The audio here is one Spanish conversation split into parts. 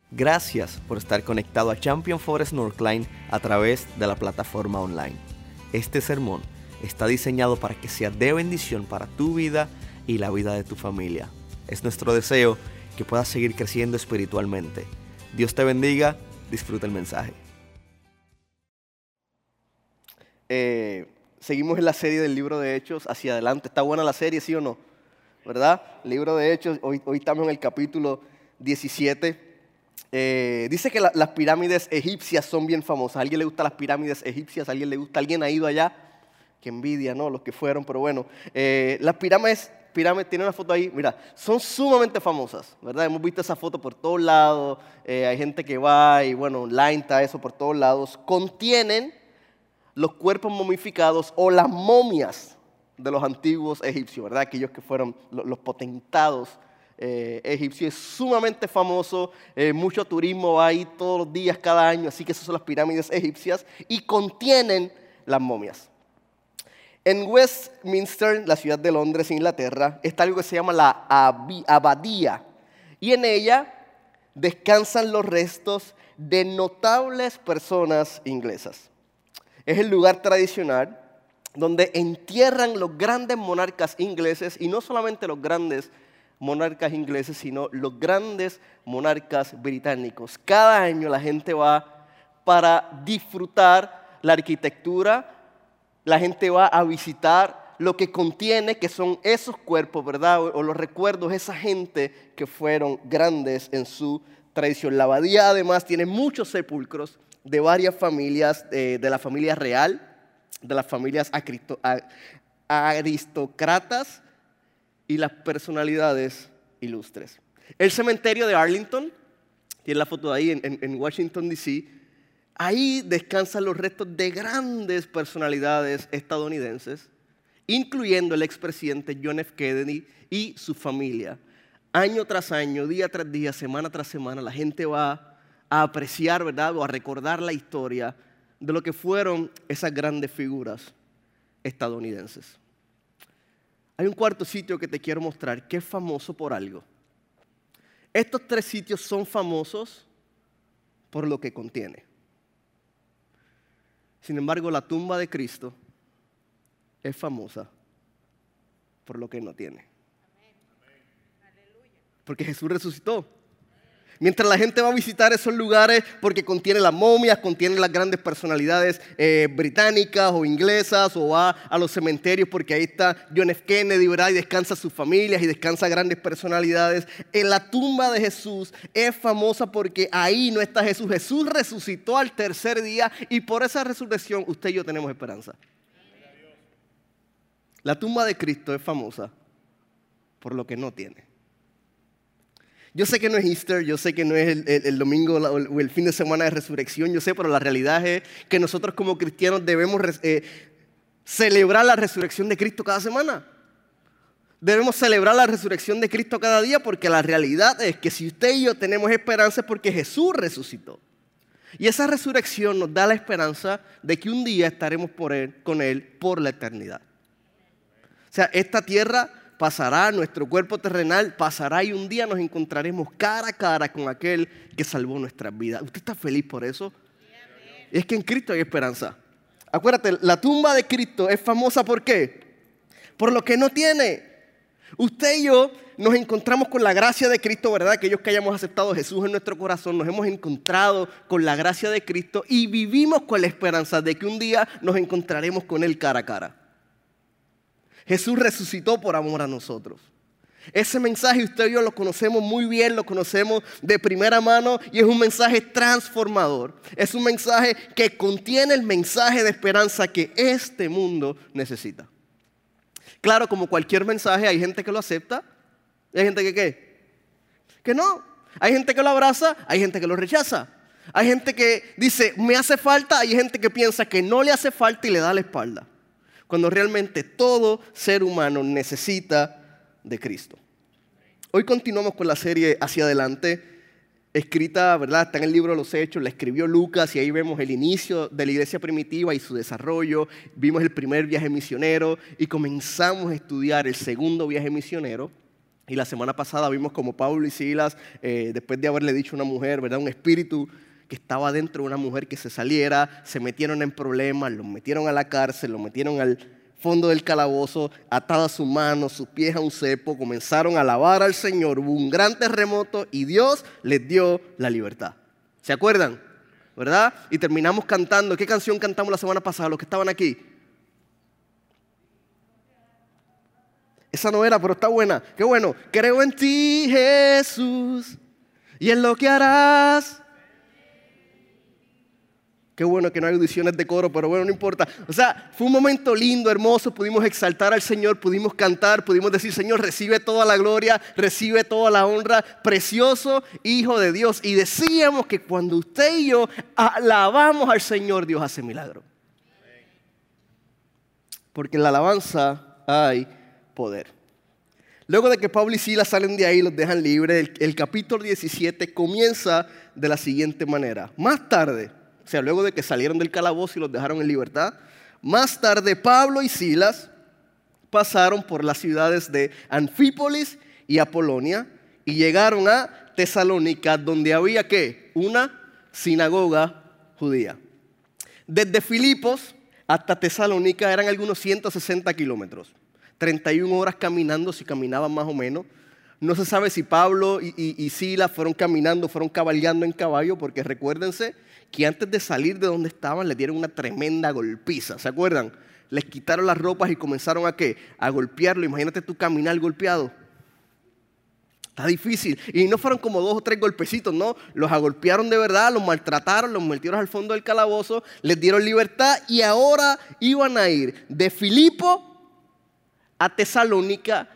Gracias por estar conectado a Champion Forest Northline a través de la plataforma online. Este sermón está diseñado para que sea de bendición para tu vida y la vida de tu familia. Es nuestro deseo que puedas seguir creciendo espiritualmente. Dios te bendiga, disfruta el mensaje. Seguimos en la serie del libro de Hechos hacia adelante. ¿Está buena la serie, sí o no? ¿Verdad? Libro de Hechos, hoy estamos en el capítulo 17. Dice que las pirámides egipcias son bien famosas. ¿A alguien le gustan las pirámides egipcias? ¿A alguien le gusta? ¿Alguien ha ido allá? Qué envidia, ¿no? Los que fueron, pero bueno. Las pirámides, tiene una foto ahí, mira, son sumamente famosas, ¿verdad? Hemos visto esa foto por todos lados. Hay gente que va y bueno, online está eso por todos lados. Contienen los cuerpos momificados o las momias de los antiguos egipcios, ¿verdad? Aquellos que fueron los potentados egipcios. Es sumamente famoso, mucho turismo va ahí todos los días, cada año, así que esas son las pirámides egipcias y contienen las momias. En Westminster, la ciudad de Londres, Inglaterra, está algo que se llama la abadía y en ella descansan los restos de notables personas inglesas. Es el lugar tradicional donde entierran los grandes monarcas ingleses y no solamente los grandes monarcas ingleses, sino los grandes monarcas británicos. Cada año la gente va para disfrutar la arquitectura, la gente va a visitar lo que contiene, que son esos cuerpos, ¿verdad? O los recuerdos de esa gente que fueron grandes en su tradición. La abadía además tiene muchos sepulcros de varias familias, de la familia real, de las familias aristócratas y las personalidades ilustres. El cementerio de Arlington, tiene la foto ahí en Washington, D.C., ahí descansan los restos de grandes personalidades estadounidenses, incluyendo el expresidente John F. Kennedy y su familia. Año tras año, día tras día, semana tras semana, la gente va a apreciar, ¿verdad?, o a recordar la historia de lo que fueron esas grandes figuras estadounidenses. Hay un cuarto sitio que te quiero mostrar que es famoso por algo. Estos tres sitios son famosos por lo que contiene. Sin embargo, la tumba de Cristo es famosa por lo que no tiene. Porque Jesús resucitó. Mientras la gente va a visitar esos lugares porque contiene las momias, contiene las grandes personalidades británicas o inglesas, o va a los cementerios porque ahí está John F. Kennedy, ¿verdad? Y descansa sus familias y descansa grandes personalidades. En la tumba de Jesús es famosa porque ahí no está Jesús. Jesús resucitó al tercer día y por esa resurrección usted y yo tenemos esperanza. La tumba de Cristo es famosa por lo que no tiene. Yo sé que no es Easter, yo sé que no es el domingo o el fin de semana de resurrección, yo sé, pero la realidad es que nosotros como cristianos debemos celebrar la resurrección de Cristo cada semana. Debemos celebrar la resurrección de Cristo cada día porque la realidad es que si usted y yo tenemos esperanza es porque Jesús resucitó. Y esa resurrección nos da la esperanza de que un día estaremos con Él por la eternidad. O sea, esta tierra pasará, nuestro cuerpo terrenal pasará y un día nos encontraremos cara a cara con aquel que salvó nuestras vidas. ¿Usted está feliz por eso? Y es que en Cristo hay esperanza. Acuérdate, la tumba de Cristo es famosa ¿por qué? Por lo que no tiene. Usted y yo nos encontramos con la gracia de Cristo, ¿verdad? Aquellos que hayamos aceptado a Jesús en nuestro corazón, nos hemos encontrado con la gracia de Cristo y vivimos con la esperanza de que un día nos encontraremos con Él cara a cara. Jesús resucitó por amor a nosotros. Ese mensaje usted y yo lo conocemos muy bien, lo conocemos de primera mano y es un mensaje transformador. Es un mensaje que contiene el mensaje de esperanza que este mundo necesita. Claro, como cualquier mensaje, hay gente que lo acepta y hay gente que ¿qué? Que no. Hay gente que lo abraza, hay gente que lo rechaza. Hay gente que dice, me hace falta, hay gente que piensa que no le hace falta y le da la espalda. Cuando realmente todo ser humano necesita de Cristo. Hoy continuamos con la serie Hacia Adelante, escrita, ¿verdad? Está en el libro de los Hechos, la escribió Lucas y ahí vemos el inicio de la iglesia primitiva y su desarrollo. Vimos el primer viaje misionero y comenzamos a estudiar el segundo viaje misionero. Y la semana pasada vimos como Pablo y Silas, después de haberle dicho a una mujer, ¿verdad? Un espíritu que estaba dentro de una mujer que se saliera, se metieron en problemas, los metieron a la cárcel, los metieron al fondo del calabozo, atadas sus manos, sus pies a un cepo, comenzaron a alabar al Señor, hubo un gran terremoto y Dios les dio la libertad. ¿Se acuerdan? ¿Verdad? Y terminamos cantando. ¿Qué canción cantamos la semana pasada, los que estaban aquí? Esa no era, pero está buena. Qué bueno. Creo en ti, Jesús, y en lo que harás. Qué bueno que no hay audiciones de coro, pero bueno, no importa. O sea, fue un momento lindo, hermoso. Pudimos exaltar al Señor, pudimos cantar, pudimos decir, Señor, recibe toda la gloria, recibe toda la honra. Precioso Hijo de Dios. Y decíamos que cuando usted y yo alabamos al Señor, Dios hace milagro. Porque en la alabanza hay poder. Luego de que Pablo y Silas salen de ahí, los dejan libres, el capítulo 17 comienza de la siguiente manera. Más tarde, o sea, luego de que salieron del calabozo y los dejaron en libertad, más tarde Pablo y Silas pasaron por las ciudades de Anfípolis y Apolonia y llegaron a Tesalónica, donde había ¿qué? Una sinagoga judía. Desde Filipos hasta Tesalónica eran algunos 160 kilómetros. 31 horas caminando, si caminaban más o menos. No se sabe si Pablo y Silas fueron caminando, fueron cabalgando en caballo, porque recuérdense que antes de salir de donde estaban les dieron una tremenda golpiza. ¿Se acuerdan? Les quitaron las ropas y comenzaron ¿a qué? A golpearlo. Imagínate tú caminar golpeado. Está difícil. Y no fueron como 2 o 3 golpecitos, no. Los agolpearon de verdad, los maltrataron, los metieron al fondo del calabozo, les dieron libertad y ahora iban a ir de Filipo a Tesalónica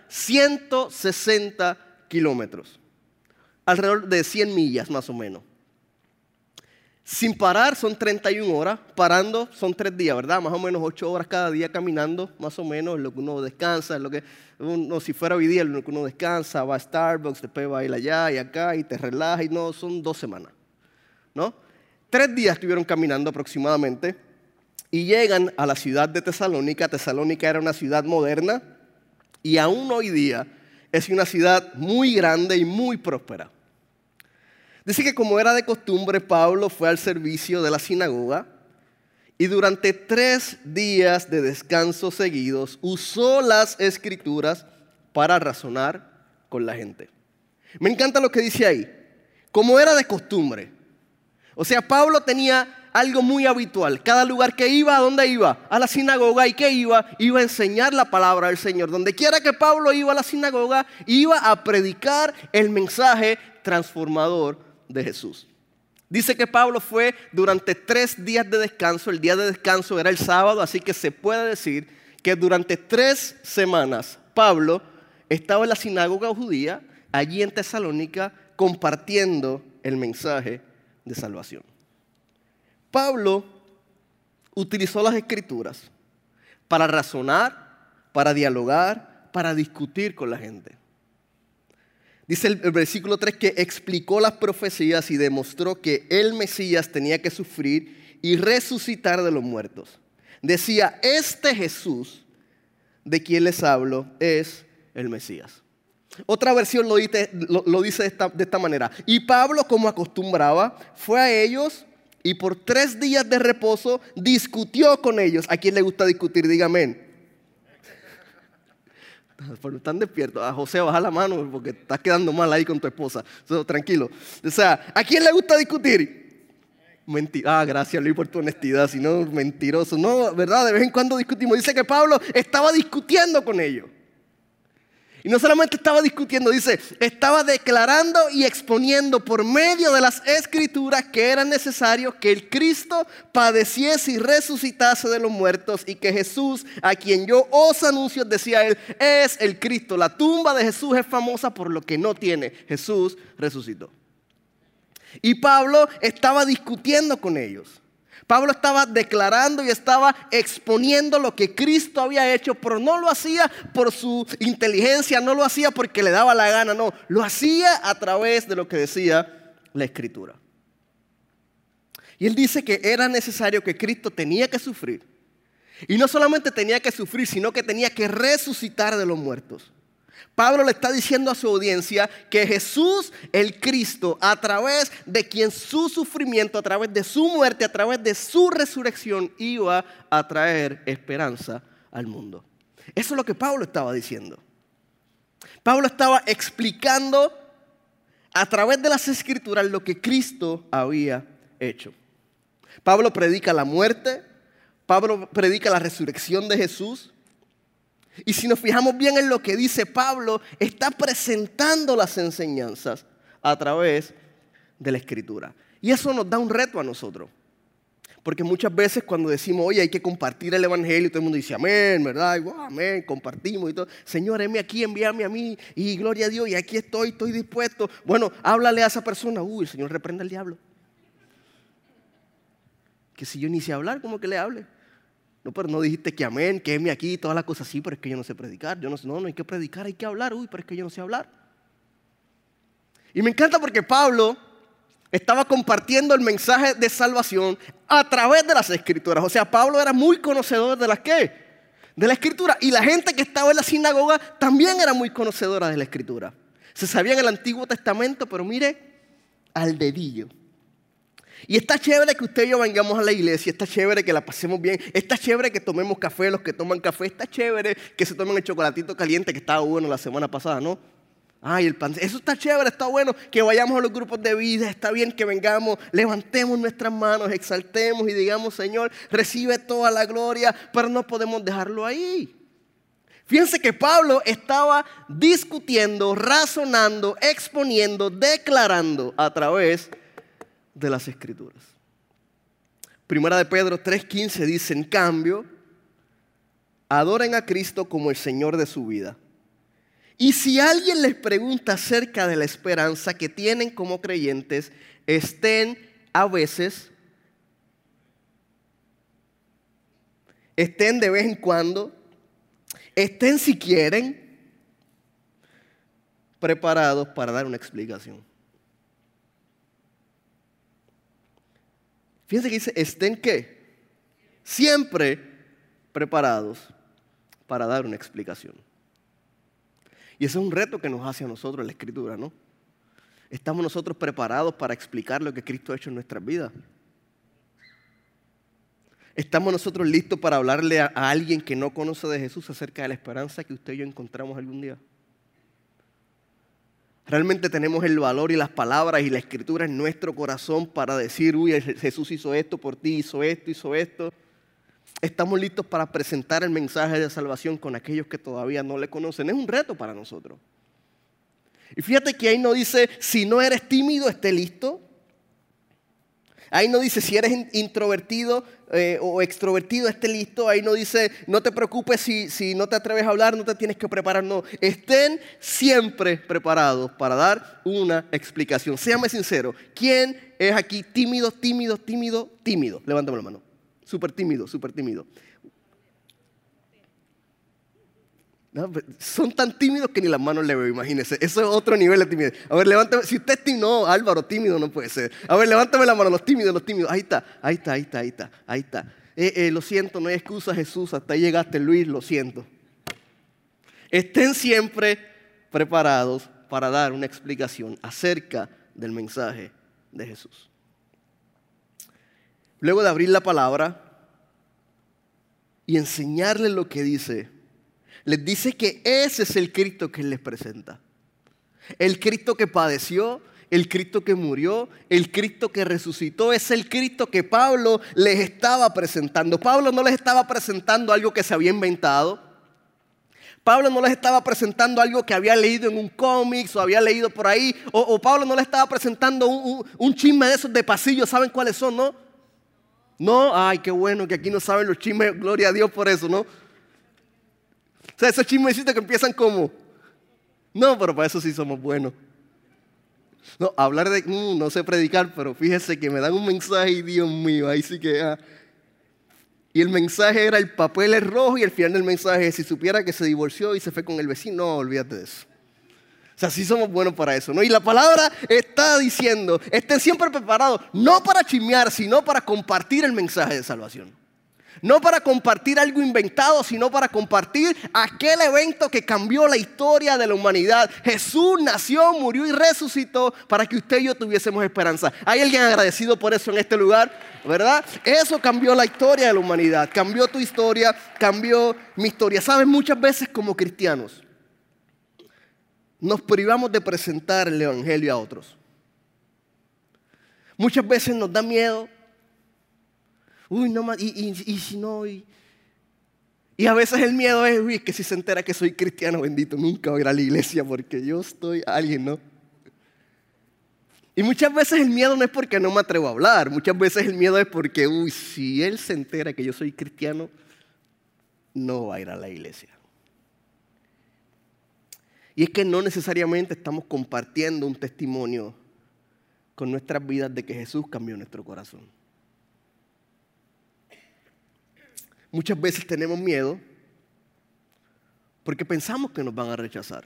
160 kilómetros, alrededor de 100 millas más o menos. Sin parar son 31 horas, parando son 3 días, ¿verdad? Más o menos 8 horas cada día caminando, más o menos, lo que uno descansa, lo que uno, si fuera hoy día, lo que uno descansa, va a Starbucks, después va a ir allá y acá y te relaja y no, son 2 semanas, ¿no? 3 días estuvieron caminando aproximadamente y llegan a la ciudad de Tesalónica. Tesalónica era una ciudad moderna y aún hoy día es una ciudad muy grande y muy próspera. Dice que como era de costumbre, Pablo fue al servicio de la sinagoga y durante 3 días de descanso seguidos usó las escrituras para razonar con la gente. Me encanta lo que dice ahí. Como era de costumbre. O sea, Pablo tenía algo muy habitual. Cada lugar que iba, ¿a dónde iba? A la sinagoga. ¿Y qué iba? Iba a enseñar la palabra del Señor. Donde quiera que Pablo iba a la sinagoga, iba a predicar el mensaje transformador de Jesús. Dice que Pablo fue durante 3 días de descanso. El día de descanso era el sábado, así que se puede decir que durante 3 semanas Pablo estaba en la sinagoga judía, allí en Tesalónica, compartiendo el mensaje de salvación. Pablo utilizó las escrituras para razonar, para dialogar, para discutir con la gente. Dice el versículo 3 que explicó las profecías y demostró que el Mesías tenía que sufrir y resucitar de los muertos. Decía, este Jesús de quien les hablo es el Mesías. Otra versión lo dice de esta manera. Y Pablo, como acostumbraba, fue a ellos y por 3 días de reposo discutió con ellos. ¿A quién le gusta discutir? Dígame amén. Están despiertos. A José, baja la mano porque estás quedando mal ahí con tu esposa. Tranquilo. O sea, ¿a quién le gusta discutir? Gracias Luis por tu honestidad. Si no, mentiroso. No, ¿verdad? De vez en cuando discutimos. Dice que Pablo estaba discutiendo con ellos. Y no solamente estaba discutiendo, dice, estaba declarando y exponiendo por medio de las escrituras que era necesario que el Cristo padeciese y resucitase de los muertos y que Jesús, a quien yo os anuncio, decía él, es el Cristo. La tumba de Jesús es famosa por lo que no tiene. Jesús resucitó. Y Pablo estaba discutiendo con ellos. Pablo estaba declarando y estaba exponiendo lo que Cristo había hecho, pero no lo hacía por su inteligencia, no lo hacía porque le daba la gana, no, lo hacía a través de lo que decía la Escritura. Y él dice que era necesario que Cristo tenía que sufrir. Y no solamente tenía que sufrir, sino que tenía que resucitar de los muertos. Pablo le está diciendo a su audiencia que Jesús, el Cristo, a través de quien su sufrimiento, a través de su muerte, a través de su resurrección, iba a traer esperanza al mundo. Eso es lo que Pablo estaba diciendo. Pablo estaba explicando a través de las Escrituras lo que Cristo había hecho. Pablo predica la muerte, Pablo predica la resurrección de Jesús. Y si nos fijamos bien en lo que dice Pablo, está presentando las enseñanzas a través de la Escritura. Y eso nos da un reto a nosotros. Porque muchas veces cuando decimos, oye, hay que compartir el Evangelio, todo el mundo dice, amén, ¿verdad? Y, wow, amén, compartimos y todo. Señor, heme aquí, envíame a mí, y gloria a Dios, y aquí estoy dispuesto. Bueno, háblale a esa persona. Uy, el Señor reprenda al diablo. Que si yo ni sé hablar, ¿cómo que le hable? No, pero no dijiste que amén, que heme aquí, todas las cosas así, pero es que yo no sé predicar. No hay que predicar, hay que hablar. Uy, pero es que yo no sé hablar. Y me encanta porque Pablo estaba compartiendo el mensaje de salvación a través de las Escrituras. O sea, Pablo era muy conocedor de las ¿qué? De la Escritura. Y la gente que estaba en la sinagoga también era muy conocedora de la Escritura. Se sabía en el Antiguo Testamento, pero mire, al dedillo. Y está chévere que usted y yo vengamos a la iglesia, está chévere que la pasemos bien, está chévere que tomemos café, los que toman café, está chévere que se tomen el chocolatito caliente que estaba bueno la semana pasada, ¿no? Ay, el pan, eso está chévere, está bueno, que vayamos a los grupos de vida, está bien que vengamos, levantemos nuestras manos, exaltemos y digamos, Señor, recibe toda la gloria, pero no podemos dejarlo ahí. Fíjense que Pablo estaba discutiendo, razonando, exponiendo, declarando a través de las Escrituras. Primera de Pedro 3:15 dice, en cambio, adoren a Cristo como el Señor de su vida. Y si alguien les pregunta acerca de la esperanza que tienen como creyentes, estén a veces, estén de vez en cuando, estén si quieren, preparados para dar una explicación. Fíjense que dice, estén ¿qué? Siempre preparados para dar una explicación. Y ese es un reto que nos hace a nosotros la Escritura, ¿no? ¿Estamos nosotros preparados para explicar lo que Cristo ha hecho en nuestras vidas? ¿Estamos nosotros listos para hablarle a alguien que no conoce de Jesús acerca de la esperanza que usted y yo encontramos algún día? ¿Realmente tenemos el valor y las palabras y la Escritura en nuestro corazón para decir, uy, Jesús hizo esto por ti, hizo esto? ¿Estamos listos para presentar el mensaje de salvación con aquellos que todavía no le conocen? Es un reto para nosotros. Y fíjate que ahí no dice, si no eres tímido, esté listo. Ahí no dice, si eres introvertido o extrovertido, esté listo. Ahí no dice, no te preocupes si no te atreves a hablar, no te tienes que preparar. No, estén siempre preparados para dar una explicación. Séame sincero, ¿quién es aquí tímido? Levántame la mano. Súper tímido. No, son tan tímidos que ni las manos le veo, imagínense. Eso es otro nivel de timidez. A ver, levántame. Si usted es tímido, no, Álvaro, tímido no puede ser. A ver, levántame la mano, los tímidos. Ahí está. Lo siento, no hay excusa, Jesús. Hasta ahí llegaste, Luis, lo siento. Estén siempre preparados para dar una explicación acerca del mensaje de Jesús. Luego de abrir la palabra y enseñarles lo que dice, les dice que ese es el Cristo que Él les presenta. El Cristo que padeció, el Cristo que murió, el Cristo que resucitó, es el Cristo que Pablo les estaba presentando. Pablo no les estaba presentando algo que se había inventado. Pablo no les estaba presentando algo que había leído en un cómic o había leído por ahí. O Pablo no les estaba presentando un chisme de esos de pasillo. ¿Saben cuáles son, no? No, ay, qué bueno que aquí no saben los chismes. Gloria a Dios por eso, ¿no? O sea, esos chismecitos que empiezan como, no, pero para eso sí somos buenos. No, hablar de, no sé predicar, pero fíjese que me dan un mensaje y Dios mío, ahí sí que... Y el mensaje era, el papel es rojo y al final del mensaje, si supiera que se divorció y se fue con el vecino, no, olvídate de eso. O sea, sí somos buenos para eso, ¿no? Y la palabra está diciendo, estén siempre preparados, no para chismear, sino para compartir el mensaje de salvación. No para compartir algo inventado, sino para compartir aquel evento que cambió la historia de la humanidad. Jesús nació, murió y resucitó para que usted y yo tuviésemos esperanza. ¿Hay alguien agradecido por eso en este lugar? ¿Verdad? Eso cambió la historia de la humanidad. Cambió tu historia, cambió mi historia. ¿Sabes? Muchas veces como cristianos nos privamos de presentar el evangelio a otros. Muchas veces nos da miedo. Uy, no más, y si no, y a veces el miedo es, uy, que si se entera que soy cristiano, bendito, nunca voy a ir a la iglesia porque yo estoy alguien, ¿no? Y muchas veces el miedo no es porque no me atrevo a hablar, muchas veces el miedo es porque, uy, si él se entera que yo soy cristiano, no va a ir a la iglesia. Y es que no necesariamente estamos compartiendo un testimonio con nuestras vidas de que Jesús cambió nuestro corazón. Muchas veces tenemos miedo porque pensamos que nos van a rechazar.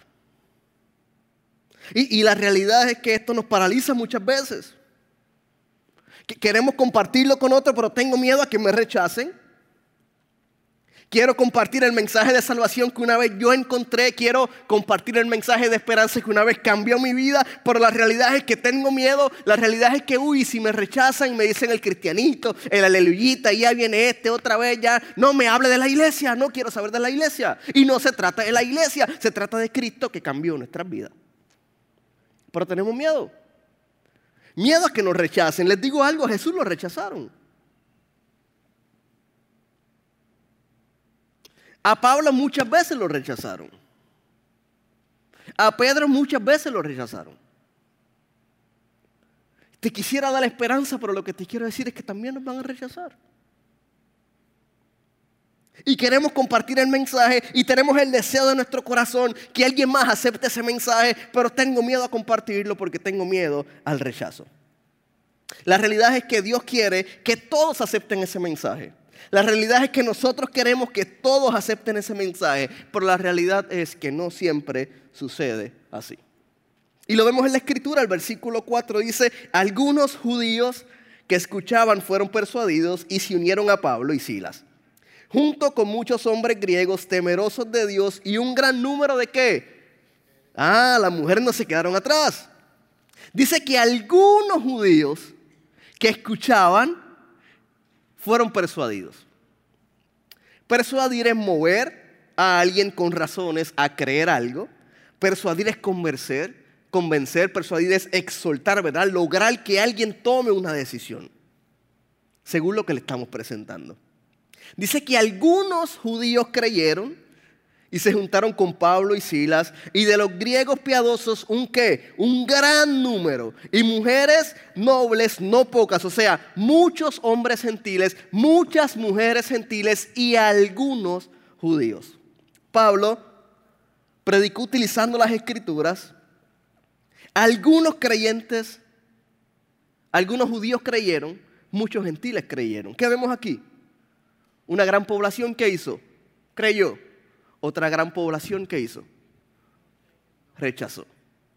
Y la realidad es que esto nos paraliza muchas veces. Queremos compartirlo con otros, pero tengo miedo a que me rechacen. Quiero compartir el mensaje de salvación que una vez yo encontré. Quiero compartir el mensaje de esperanza que una vez cambió mi vida. Pero la realidad es que tengo miedo. La realidad es que, uy, si me rechazan y me dicen el cristianito, el aleluyita, y ya viene otra vez ya. No me hable de la iglesia, no quiero saber de la iglesia. Y no se trata de la iglesia, se trata de Cristo que cambió nuestras vidas. Pero tenemos miedo. Miedo a que nos rechacen. Les digo algo, a Jesús lo rechazaron. A Pablo muchas veces lo rechazaron. A Pedro muchas veces lo rechazaron. Te quisiera dar esperanza, pero lo que te quiero decir es que también nos van a rechazar. Y queremos compartir el mensaje y tenemos el deseo de nuestro corazón que alguien más acepte ese mensaje, pero tengo miedo a compartirlo porque tengo miedo al rechazo. La realidad es que Dios quiere que todos acepten ese mensaje. La realidad es que nosotros queremos que todos acepten ese mensaje, pero la realidad es que no siempre sucede así. Y lo vemos en la Escritura, el versículo 4 dice, algunos judíos que escuchaban fueron persuadidos y se unieron a Pablo y Silas, junto con muchos hombres griegos temerosos de Dios y un gran número de ¿qué? Las mujeres no se quedaron atrás. Dice que algunos judíos que escuchaban fueron persuadidos. Persuadir es mover a alguien con razones a creer algo. Persuadir es convencer. Persuadir es exhortar, ¿verdad? Lograr que alguien tome una decisión, según lo que le estamos presentando. Dice que algunos judíos creyeron y se juntaron con Pablo y Silas, y de los griegos piadosos, ¿un qué? Un gran número, y mujeres nobles, no pocas, o sea, muchos hombres gentiles, muchas mujeres gentiles y algunos judíos. Pablo predicó utilizando las Escrituras. Algunos creyentes, algunos judíos creyeron, muchos gentiles creyeron. ¿Qué vemos aquí? Una gran población que hizo, creyó. Otra gran población que hizo, rechazó.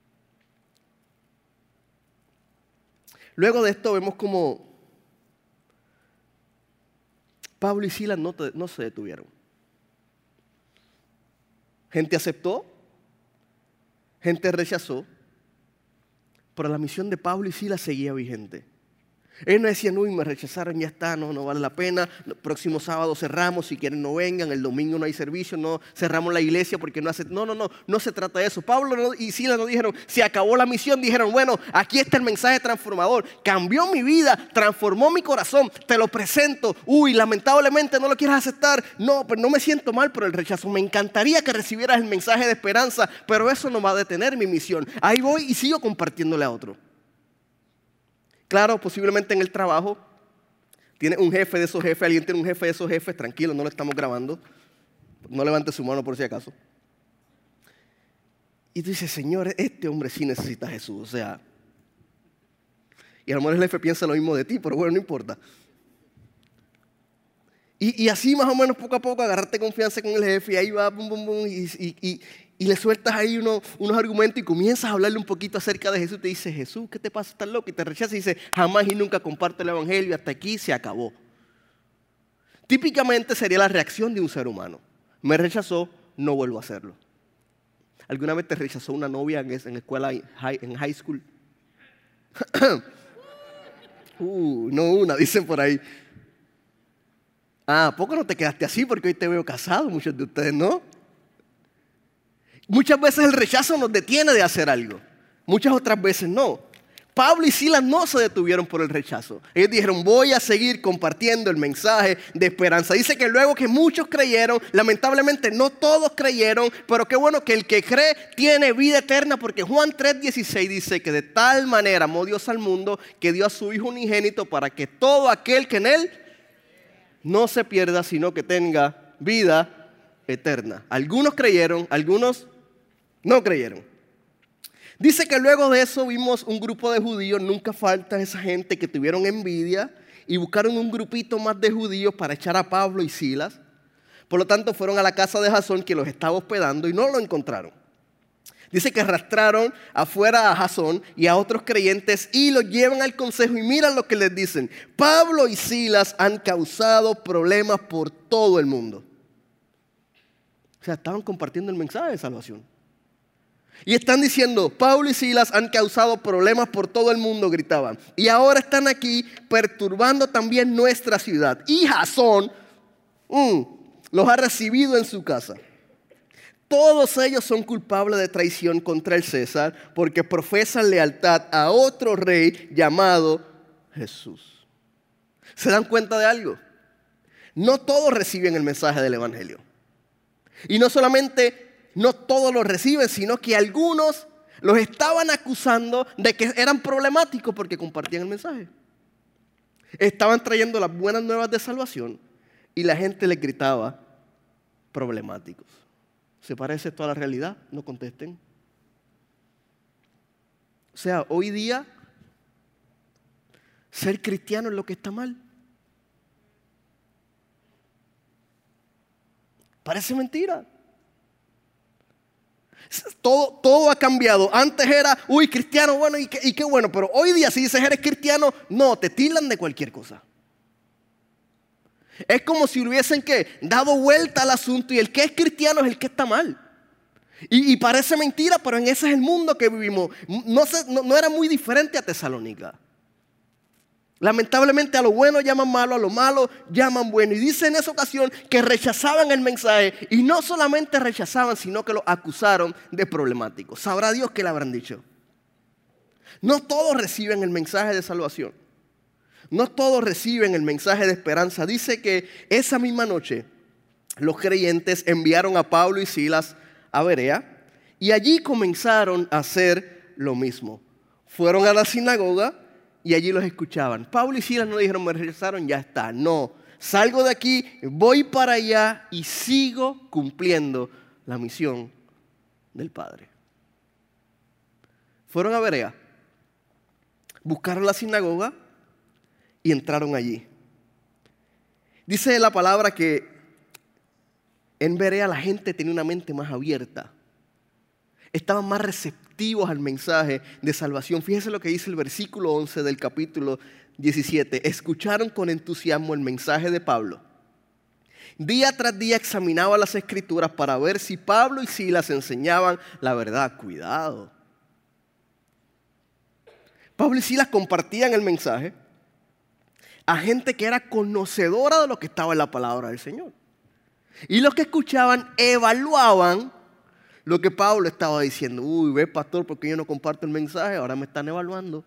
Luego de esto vemos como Pablo y Silas no se detuvieron. Gente aceptó, gente rechazó, pero la misión de Pablo y Silas seguía vigente. Ellos no decían, uy, me rechazaron, ya está, no vale la pena. El próximo sábado cerramos, si quieren no vengan. El domingo no hay servicio, no cerramos la iglesia porque no se trata de eso. Pablo y Silas no dijeron, se acabó la misión. Dijeron, bueno, aquí está el mensaje transformador. Cambió mi vida, transformó mi corazón, te lo presento. Uy, lamentablemente no lo quieres aceptar. No, pero no me siento mal por el rechazo. Me encantaría que recibieras el mensaje de esperanza, pero eso no va a detener mi misión. Ahí voy y sigo compartiéndole a otro. Claro, posiblemente en el trabajo, tiene un jefe de esos jefes, alguien tiene un jefe de esos jefes, tranquilo, no lo estamos grabando, no levante su mano por si acaso. Y tú dices, Señor, este hombre sí necesita a Jesús, o sea, y a lo mejor el jefe piensa lo mismo de ti, pero bueno, no importa. Y así más o menos poco a poco agarrarte confianza con el jefe y ahí va, bum, bum, bum, y le sueltas ahí unos argumentos y comienzas a hablarle un poquito acerca de Jesús. Te dice, Jesús, ¿qué te pasa? ¿Estás loco? Y te rechaza y dice, jamás y nunca comparte el evangelio, hasta aquí se acabó. típicamente sería la reacción de un ser humano. Me rechazó, no vuelvo a hacerlo. ¿Alguna vez te rechazó una novia en escuela, en high school? No una, dicen por ahí. ¿A poco no te quedaste así? Porque hoy te veo casado, muchos de ustedes, ¿no? Muchas veces el rechazo nos detiene de hacer algo. Muchas otras veces no. Pablo y Silas no se detuvieron por el rechazo. Ellos dijeron, voy a seguir compartiendo el mensaje de esperanza. Dice que luego que muchos creyeron, lamentablemente no todos creyeron, pero qué bueno que el que cree tiene vida eterna, porque Juan 3:16 dice que de tal manera amó Dios al mundo que dio a su Hijo unigénito para que todo aquel que en él no se pierda, sino que tenga vida eterna. Algunos creyeron, algunos no creyeron. Dice que luego de eso vimos un grupo de judíos, nunca falta esa gente que tuvieron envidia y buscaron un grupito más de judíos para echar a Pablo y Silas. Por lo tanto, fueron a la casa de Jasón que los estaba hospedando y no lo encontraron. Dice que arrastraron afuera a Jasón y a otros creyentes y los llevan al consejo y miran lo que les dicen. Pablo y Silas han causado problemas por todo el mundo. O sea, estaban compartiendo el mensaje de salvación. Y están diciendo, Pablo y Silas han causado problemas por todo el mundo, gritaban. Y ahora están aquí perturbando también nuestra ciudad. Y Jasón los ha recibido en su casa. Todos ellos son culpables de traición contra el César porque profesan lealtad a otro rey llamado Jesús. ¿Se dan cuenta de algo? No todos reciben el mensaje del evangelio. Y no solamente no todos lo reciben, sino que algunos los estaban acusando de que eran problemáticos porque compartían el mensaje. Estaban trayendo las buenas nuevas de salvación y la gente les gritaba problemáticos. ¿Se parece esto a la realidad? No contesten. O sea, hoy día ser cristiano es lo que está mal. Parece mentira. Todo ha cambiado. Antes era, cristiano, bueno, y qué bueno. Pero hoy día si dices eres cristiano, no, te tildan de cualquier cosa. Es como si hubiesen dado vuelta al asunto y el que es cristiano es el que está mal. Y parece mentira, pero en ese es el mundo que vivimos. No era muy diferente a Tesalónica. Lamentablemente a lo bueno llaman malo, a lo malo llaman bueno. Y dice en esa ocasión que rechazaban el mensaje. Y no solamente rechazaban, sino que lo acusaron de problemático. Sabrá Dios qué le habrán dicho. No todos reciben el mensaje de salvación. No todos reciben el mensaje de esperanza. Dice que esa misma noche los creyentes enviaron a Pablo y Silas a Berea. Y allí comenzaron a hacer lo mismo. Fueron a la sinagoga y allí los escuchaban. Pablo y Silas no dijeron, me rechazaron, ya está. No, salgo de aquí, voy para allá y sigo cumpliendo la misión del Padre. Fueron a Berea, buscaron la sinagoga y entraron allí. Dice la palabra que en Berea la gente tenía una mente más abierta. Estaban más receptivos al mensaje de salvación. Fíjense lo que dice el versículo 11 del capítulo 17. Escucharon con entusiasmo el mensaje de Pablo. Día tras día examinaba las escrituras para ver si Pablo y Silas enseñaban la verdad. Cuidado. Pablo y Silas compartían el mensaje a gente que era conocedora de lo que estaba en la palabra del Señor. Y los que escuchaban evaluaban lo que Pablo estaba diciendo. Ve pastor, porque yo no comparto el mensaje, ahora me están evaluando.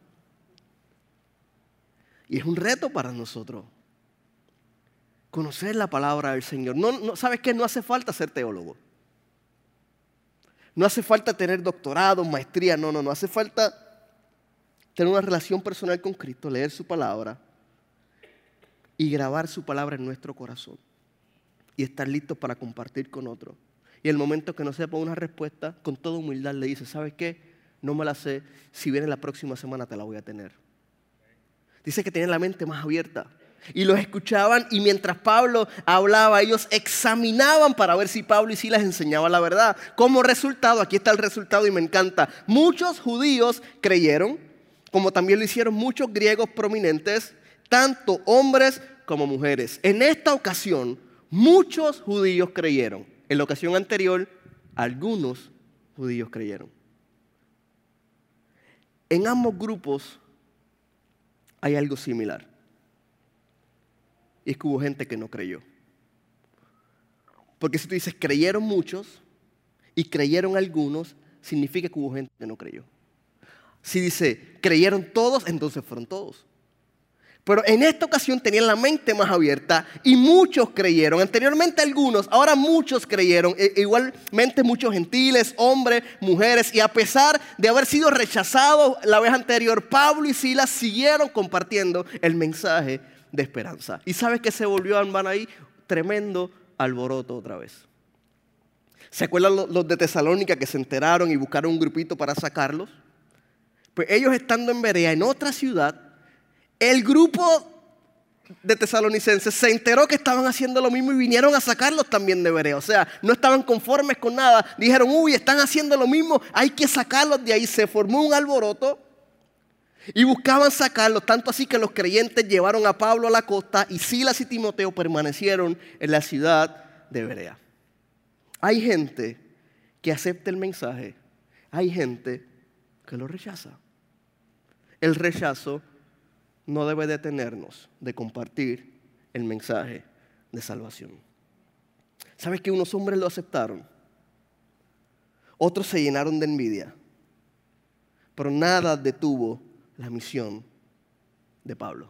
Y es un reto para nosotros conocer la palabra del Señor. ¿Sabes qué? No hace falta ser teólogo. No hace falta tener doctorado, maestría, no hace falta tener una relación personal con Cristo, leer su palabra y grabar su palabra en nuestro corazón y estar listos para compartir con otros. Y el momento que no sepa una respuesta, con toda humildad le dice, ¿sabes qué? No me la sé, si viene la próxima semana te la voy a tener. Dice que tenían la mente más abierta. Y los escuchaban y mientras Pablo hablaba, ellos examinaban para ver si Pablo y Silas enseñaban la verdad. Como resultado, aquí está el resultado y me encanta. Muchos judíos creyeron, como también lo hicieron muchos griegos prominentes, tanto hombres como mujeres. En esta ocasión, muchos judíos creyeron. En la ocasión anterior, algunos judíos creyeron. En ambos grupos hay algo similar. Y es que hubo gente que no creyó. Porque si tú dices creyeron muchos y creyeron algunos, significa que hubo gente que no creyó. Si dice creyeron todos, entonces fueron todos. Pero en esta ocasión tenían la mente más abierta y muchos creyeron. Anteriormente algunos, ahora muchos creyeron. Igualmente muchos gentiles, hombres, mujeres. Y a pesar de haber sido rechazados la vez anterior, Pablo y Silas siguieron compartiendo el mensaje de esperanza. ¿Y sabes qué se volvió a armar ahí? Tremendo alboroto otra vez. ¿Se acuerdan los de Tesalónica que se enteraron y buscaron un grupito para sacarlos? Pues ellos estando en Berea, en otra ciudad, el grupo de tesalonicenses se enteró que estaban haciendo lo mismo y vinieron a sacarlos también de Berea. O sea, no estaban conformes con nada. Dijeron, uy, están haciendo lo mismo, hay que sacarlos de ahí. Se formó un alboroto y buscaban sacarlos. Tanto así que los creyentes llevaron a Pablo a la costa y Silas y Timoteo permanecieron en la ciudad de Berea. Hay gente que acepta el mensaje. Hay gente que lo rechaza. El rechazo no debe detenernos de compartir el mensaje de salvación. ¿Sabes que unos hombres lo aceptaron? Otros se llenaron de envidia. Pero nada detuvo la misión de Pablo.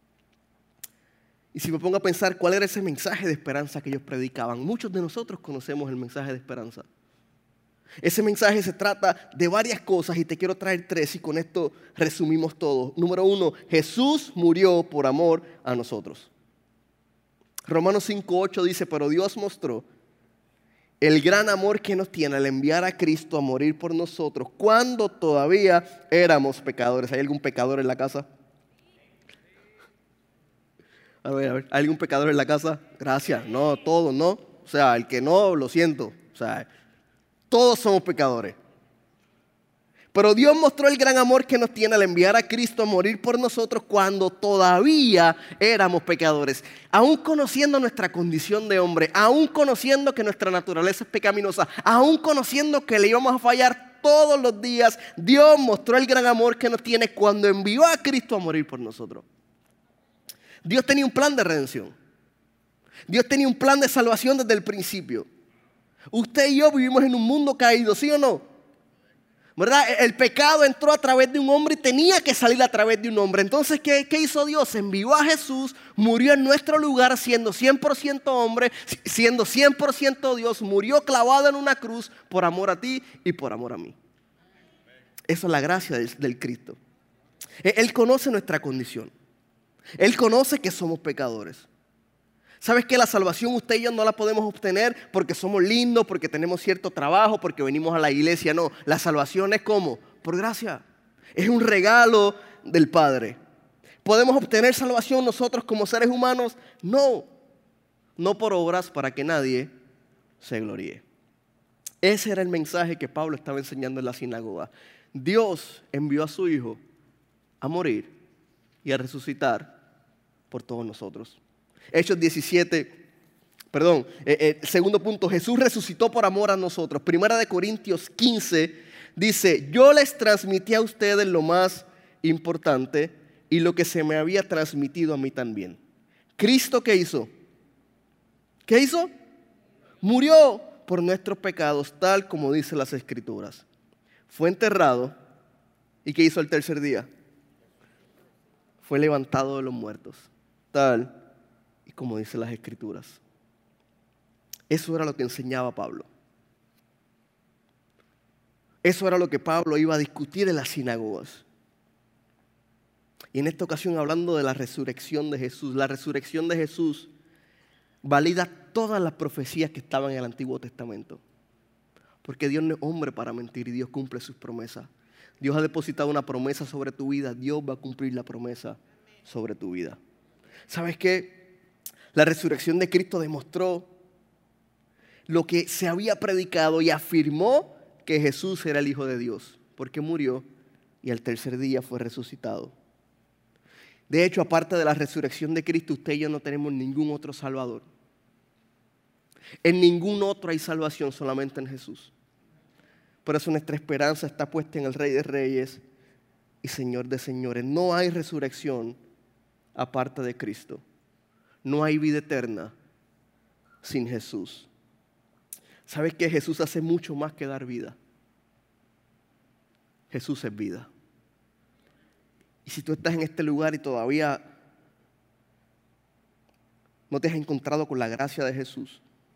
Y si me pongo a pensar cuál era ese mensaje de esperanza que ellos predicaban, muchos de nosotros conocemos el mensaje de esperanza. Ese mensaje se trata de varias cosas y te quiero traer 3 y con esto resumimos todo. Número 1, Jesús murió por amor a nosotros. Romanos 5:8 dice, pero Dios mostró el gran amor que nos tiene al enviar a Cristo a morir por nosotros cuando todavía éramos pecadores. ¿Hay algún pecador en la casa? A ver, ¿hay algún pecador en la casa? Gracias. No, todos, ¿no? O sea, el que no, lo siento. O sea, todos somos pecadores. Pero Dios mostró el gran amor que nos tiene al enviar a Cristo a morir por nosotros cuando todavía éramos pecadores. Aún conociendo nuestra condición de hombre, aún conociendo que nuestra naturaleza es pecaminosa, aún conociendo que le íbamos a fallar todos los días, Dios mostró el gran amor que nos tiene cuando envió a Cristo a morir por nosotros. Dios tenía un plan de redención. Dios tenía un plan de salvación desde el principio. Usted y yo vivimos en un mundo caído, ¿sí o no? ¿Verdad? El pecado entró a través de un hombre y tenía que salir a través de un hombre. Entonces, ¿qué hizo Dios? Envió a Jesús, murió en nuestro lugar siendo 100% hombre, siendo 100% Dios, murió clavado en una cruz por amor a ti y por amor a mí. Esa es la gracia del Cristo. Él conoce nuestra condición. Él conoce que somos pecadores. ¿Sabes que la salvación usted y yo no la podemos obtener porque somos lindos, porque tenemos cierto trabajo, porque venimos a la iglesia? No, la salvación es ¿cómo? Por gracia. Es un regalo del Padre. ¿Podemos obtener salvación nosotros como seres humanos? No, no por obras para que nadie se gloríe. Ese era el mensaje que Pablo estaba enseñando en la sinagoga. Dios envió a su Hijo a morir y a resucitar por todos nosotros. Hechos 17, segundo punto, Jesús resucitó por amor a nosotros. Primera de Corintios 15 dice, yo les transmití a ustedes lo más importante y lo que se me había transmitido a mí también. ¿Cristo qué hizo? ¿Qué hizo? Murió por nuestros pecados, tal como dicen las Escrituras. Fue enterrado y ¿qué hizo el tercer día? Fue levantado de los muertos, tal y como dicen las Escrituras. Eso era lo que enseñaba Pablo. Eso era lo que Pablo iba a discutir en las sinagogas. Y en esta ocasión hablando de la resurrección de Jesús. La resurrección de Jesús valida todas las profecías que estaban en el Antiguo Testamento. Porque Dios no es hombre para mentir y Dios cumple sus promesas. Dios ha depositado una promesa sobre tu vida. Dios va a cumplir la promesa sobre tu vida. ¿Sabes qué? La resurrección de Cristo demostró lo que se había predicado y afirmó que Jesús era el Hijo de Dios, porque murió y al tercer día fue resucitado. De hecho, aparte de la resurrección de Cristo, usted y yo no tenemos ningún otro Salvador. En ningún otro hay salvación, solamente en Jesús. Por eso nuestra esperanza está puesta en el Rey de Reyes y Señor de Señores. No hay resurrección aparte de Cristo. No hay vida eterna sin Jesús. ¿Sabes que Jesús hace mucho más que dar vida? Jesús es vida. Y si tú estás en este lugar y todavía no te has encontrado con la gracia de Jesús,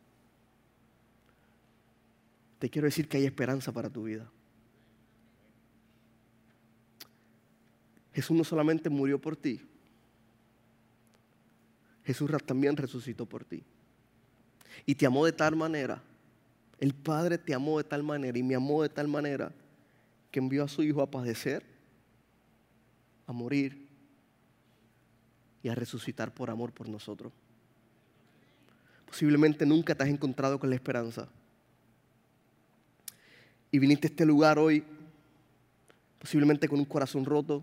te quiero decir que hay esperanza para tu vida. Jesús no solamente murió por ti, Jesús también resucitó por ti. Y te amó de tal manera, el Padre te amó de tal manera y me amó de tal manera que envió a su Hijo a padecer, a morir y a resucitar por amor por nosotros. Posiblemente nunca te has encontrado con la esperanza. Y viniste a este lugar hoy, posiblemente con un corazón roto.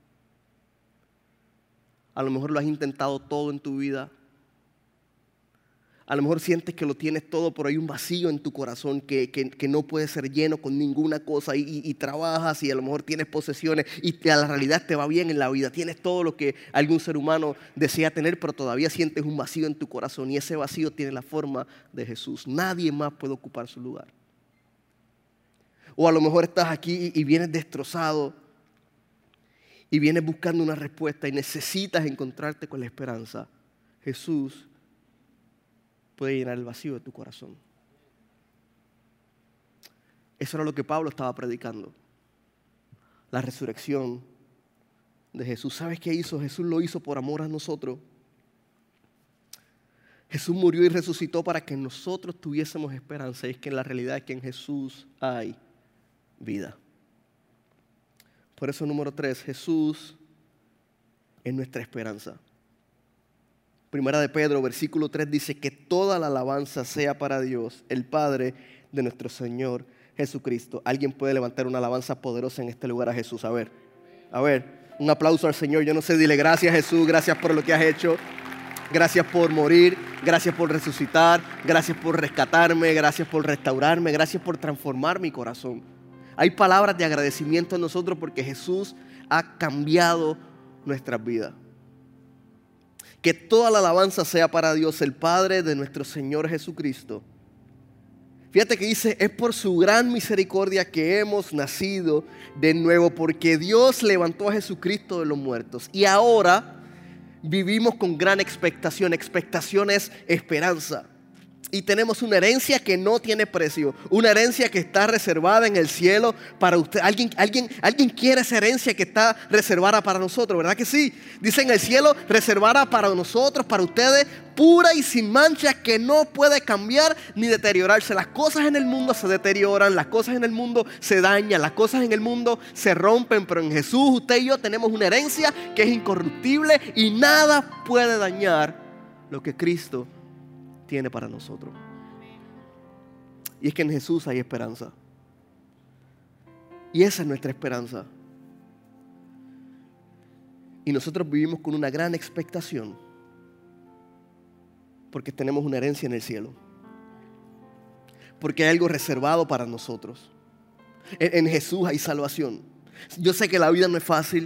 A lo mejor lo has intentado todo en tu vida. A lo mejor sientes que lo tienes todo, pero hay un vacío en tu corazón que no puede ser lleno con ninguna cosa. Y trabajas y a lo mejor tienes posesiones y a la realidad te va bien en la vida. Tienes todo lo que algún ser humano desea tener, pero todavía sientes un vacío en tu corazón. Y ese vacío tiene la forma de Jesús. Nadie más puede ocupar su lugar. O a lo mejor estás aquí y vienes destrozado y vienes buscando una respuesta y necesitas encontrarte con la esperanza. Jesús puede llenar el vacío de tu corazón. Eso era lo que Pablo estaba predicando. La resurrección de Jesús. ¿Sabes qué hizo? Jesús lo hizo por amor a nosotros. Jesús murió y resucitó para que nosotros tuviésemos esperanza. Y es que en la realidad es que en Jesús hay vida. Por eso, número 3, Jesús es nuestra esperanza. Primera de Pedro, versículo 3 dice que toda la alabanza sea para Dios, el Padre de nuestro Señor Jesucristo. ¿Alguien puede levantar una alabanza poderosa en este lugar a Jesús? A ver, un aplauso al Señor. Yo no sé, dile gracias Jesús, gracias por lo que has hecho. Gracias por morir, gracias por resucitar, gracias por rescatarme, gracias por restaurarme, gracias por transformar mi corazón. Hay palabras de agradecimiento en nosotros porque Jesús ha cambiado nuestras vidas. Que toda la alabanza sea para Dios, el Padre de nuestro Señor Jesucristo. Fíjate que dice, es por su gran misericordia que hemos nacido de nuevo, porque Dios levantó a Jesucristo de los muertos. Y ahora vivimos con gran expectación. Expectación es esperanza. Y tenemos una herencia que no tiene precio. Una herencia que está reservada en el cielo para usted. ¿Alguien quiere esa herencia que está reservada para nosotros? ¿Verdad que sí? Dice en el cielo, reservada para nosotros, para ustedes, pura y sin mancha, que no puede cambiar ni deteriorarse. Las cosas en el mundo se deterioran, las cosas en el mundo se dañan, las cosas en el mundo se rompen. Pero en Jesús, usted y yo tenemos una herencia que es incorruptible y nada puede dañar lo que Cristo tiene para nosotros. Y es que en Jesús hay esperanza. Y esa es nuestra esperanza. Y nosotros vivimos con una gran expectación porque tenemos una herencia en el cielo. Porque hay algo reservado para nosotros. En Jesús hay salvación. Yo sé que la vida no es fácil.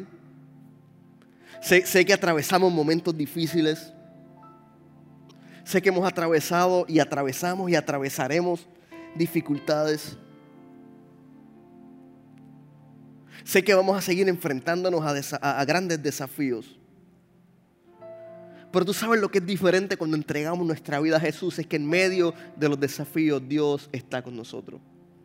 Sé que atravesamos momentos difíciles. Sé que hemos atravesado y atravesamos y atravesaremos dificultades. Sé que vamos a seguir enfrentándonos a grandes desafíos. Pero tú sabes lo que es diferente cuando entregamos nuestra vida a Jesús. Es que en medio de los desafíos Dios está con nosotros.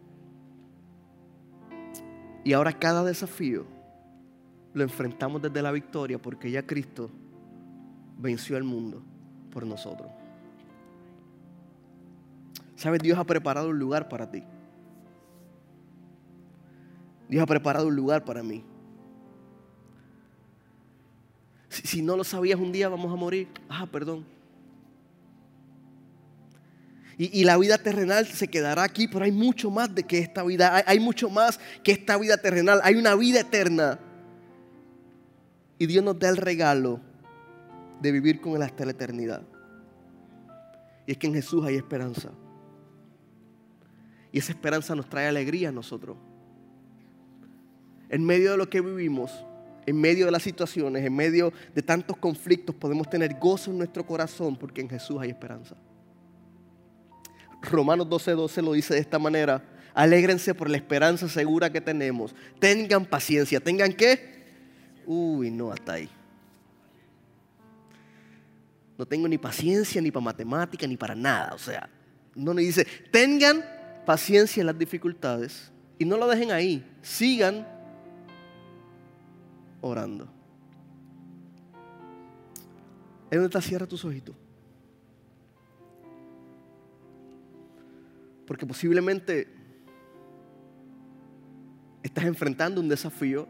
Y ahora cada desafío lo enfrentamos desde la victoria porque ya Cristo venció al mundo por nosotros. ¿Sabes? Dios ha preparado un lugar para ti. Dios ha preparado un lugar para mí. Si no lo sabías, un día vamos a morir. Perdón. Y la vida terrenal se quedará aquí, pero hay mucho más de que esta vida. Hay mucho más que esta vida terrenal. Hay una vida eterna. Y Dios nos da el regalo de vivir con Él hasta la eternidad. Y es que en Jesús hay esperanza. Y esa esperanza nos trae alegría a nosotros. En medio de lo que vivimos, en medio de las situaciones, en medio de tantos conflictos, podemos tener gozo en nuestro corazón porque en Jesús hay esperanza. Romanos 12:12 lo dice de esta manera: alégrense por la esperanza segura que tenemos. Tengan paciencia. ¿Tengan qué? No, hasta ahí. No tengo ni paciencia ni para matemática ni para nada. O sea, no nos dice, tengan paciencia en las dificultades y no lo dejen ahí. Sigan orando. ¿Es donde está? Cierra tus ojitos. Porque posiblemente estás enfrentando un desafío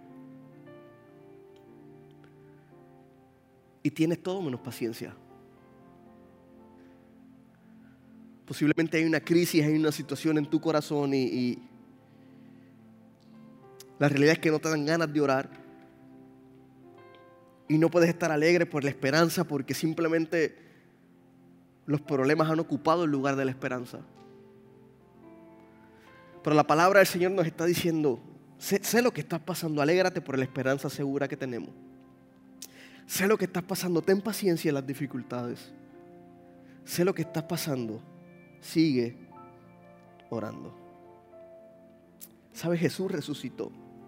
y tienes todo menos paciencia. Posiblemente hay una crisis, hay una situación en tu corazón y la realidad es que no te dan ganas de orar y no puedes estar alegre por la esperanza porque simplemente los problemas han ocupado el lugar de la esperanza. Pero la palabra del Señor nos está diciendo, sé lo que estás pasando, alégrate por la esperanza segura que tenemos. Sé lo que estás pasando, ten paciencia en las dificultades. Sé lo que estás pasando, sigue orando. ¿Sabes? Jesús resucitó.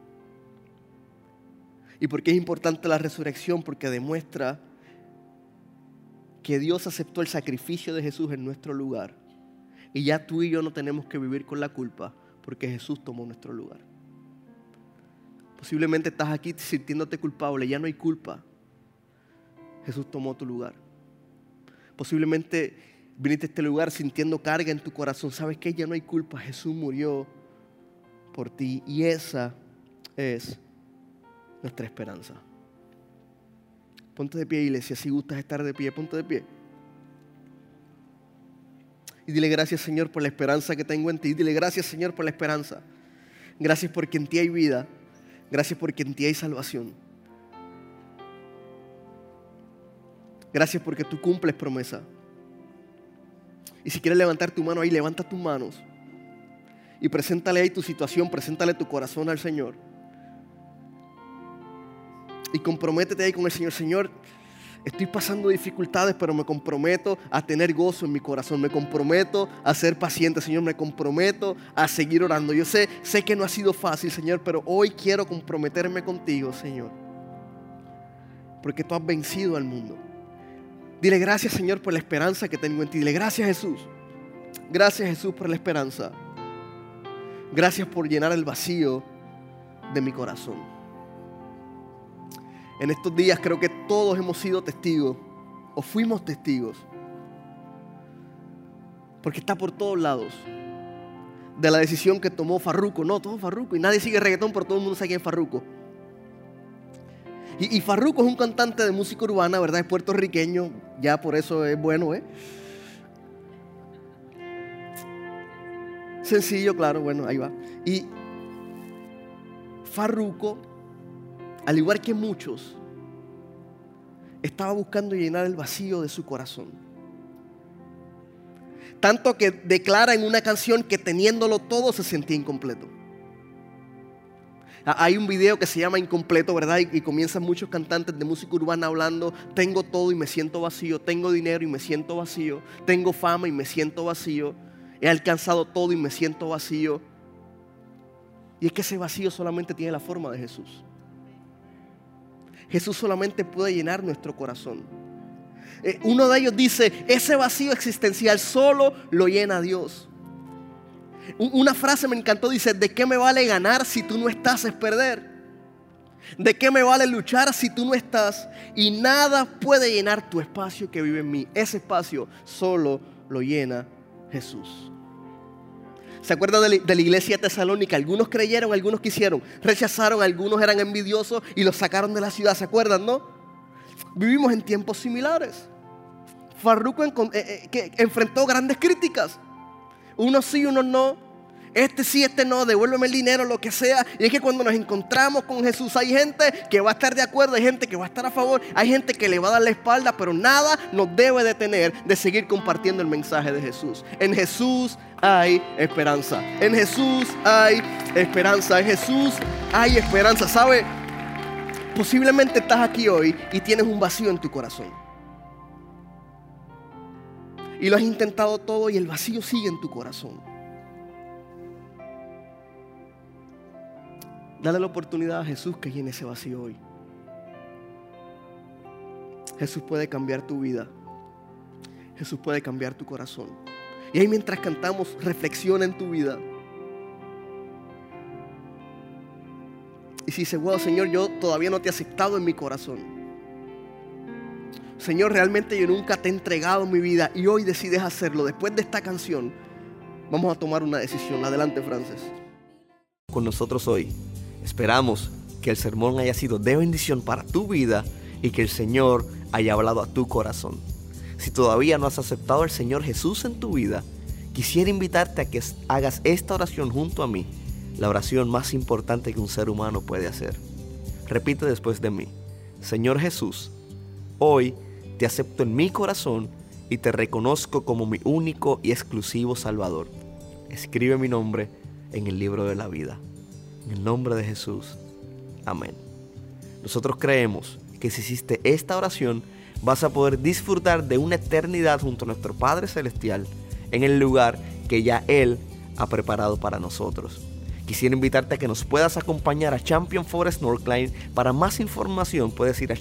¿Y por qué es importante la resurrección? Porque demuestra que Dios aceptó el sacrificio de Jesús en nuestro lugar. Y ya tú y yo no tenemos que vivir con la culpa porque Jesús tomó nuestro lugar. Posiblemente estás aquí sintiéndote culpable, ya no hay culpa. Jesús tomó tu lugar. Posiblemente viniste a este lugar sintiendo carga en tu corazón. ¿Sabes qué? Ya no hay culpa. Jesús murió por ti y esa es nuestra esperanza. Ponte de pie, iglesia, si gustas estar de pie, ponte de pie. Y dile gracias, Señor, por la esperanza que tengo en ti. Dile gracias, Señor, por la esperanza. Gracias porque en ti hay vida. Gracias porque en ti hay salvación. Gracias porque tú cumples promesa. Y si quieres levantar tu mano ahí, levanta tus manos. Y preséntale ahí tu situación, preséntale tu corazón al Señor. Y comprométete ahí con el Señor. Señor, estoy pasando dificultades, pero me comprometo a tener gozo en mi corazón. Me comprometo a ser paciente, Señor. Me comprometo a seguir orando. Yo sé que no ha sido fácil, Señor, pero hoy quiero comprometerme contigo, Señor. Porque tú has vencido al mundo. Dile gracias, Señor, por la esperanza que tengo en ti. Dile gracias, Jesús. Gracias, Jesús, por la esperanza. Gracias por llenar el vacío de mi corazón. En estos días creo que todos hemos sido testigos o fuimos testigos, porque está por todos lados, de la decisión que tomó Farruko. No, todo Farruko, y nadie sigue reggaetón, pero todo el mundo sabe quién es Farruko. Y Farruko es un cantante de música urbana, ¿verdad? Es puertorriqueño, ya por eso es bueno, ¿eh? Sencillo, claro, bueno, ahí va. Y Farruko, al igual que muchos, estaba buscando llenar el vacío de su corazón. Tanto que declara en una canción que teniéndolo todo se sentía incompleto. Hay un video que se llama Incompleto, ¿verdad? Y comienzan muchos cantantes de música urbana hablando: tengo todo y me siento vacío, tengo dinero y me siento vacío, tengo fama y me siento vacío, he alcanzado todo y me siento vacío. Y es que ese vacío solamente tiene la forma de Jesús. Jesús solamente puede llenar nuestro corazón. Uno de ellos dice: ese vacío existencial solo lo llena Dios. Una frase me encantó, dice: ¿de qué me vale ganar si tú no estás? Es perder. ¿De qué me vale luchar si tú no estás? Y nada puede llenar tu espacio que vive en mí. Ese espacio solo lo llena Jesús. ¿Se acuerdan de la iglesia de Tesalónica? Algunos creyeron, algunos quisieron, rechazaron, algunos eran envidiosos y los sacaron de la ciudad. ¿Se acuerdan, no? Vivimos en tiempos similares. Farruko que enfrentó grandes críticas. Unos sí, unos no. Este sí, este no, devuélveme el dinero, lo que sea. Y es que cuando nos encontramos con Jesús hay gente que va a estar de acuerdo, hay gente que va a estar a favor, hay gente que le va a dar la espalda, pero nada nos debe detener de seguir compartiendo el mensaje de Jesús. En Jesús hay esperanza. En Jesús hay esperanza. En Jesús hay esperanza. ¿Sabe? Posiblemente estás aquí hoy y tienes un vacío en tu corazón. Y lo has intentado todo y el vacío sigue en tu corazón. Dale la oportunidad a Jesús que llene ese vacío hoy. Jesús puede cambiar tu vida. Jesús puede cambiar tu corazón. Y ahí mientras cantamos, reflexiona en tu vida. Y si dices, wow, Señor, yo todavía no te he aceptado en mi corazón. Señor, realmente yo nunca te he entregado mi vida y hoy decides hacerlo. Después de esta canción, vamos a tomar una decisión. Adelante, Frances. Con nosotros hoy. Esperamos que el sermón haya sido de bendición para tu vida y que el Señor haya hablado a tu corazón. Si todavía no has aceptado al Señor Jesús en tu vida, quisiera invitarte a que hagas esta oración junto a mí, la oración más importante que un ser humano puede hacer. Repite después de mí: Señor Jesús, hoy te acepto en mi corazón y te reconozco como mi único y exclusivo Salvador. Escribe mi nombre en el libro de la vida. En el nombre de Jesús. Amén. Nosotros creemos que si hiciste esta oración, vas a poder disfrutar de una eternidad junto a nuestro Padre Celestial en el lugar que ya Él ha preparado para nosotros. Quisiera invitarte a que nos puedas acompañar a Champion Forest Northline. Para más información puedes ir a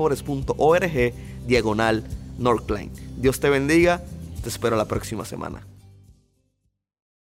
championforest.org/Northline. Dios te bendiga. Te espero la próxima semana.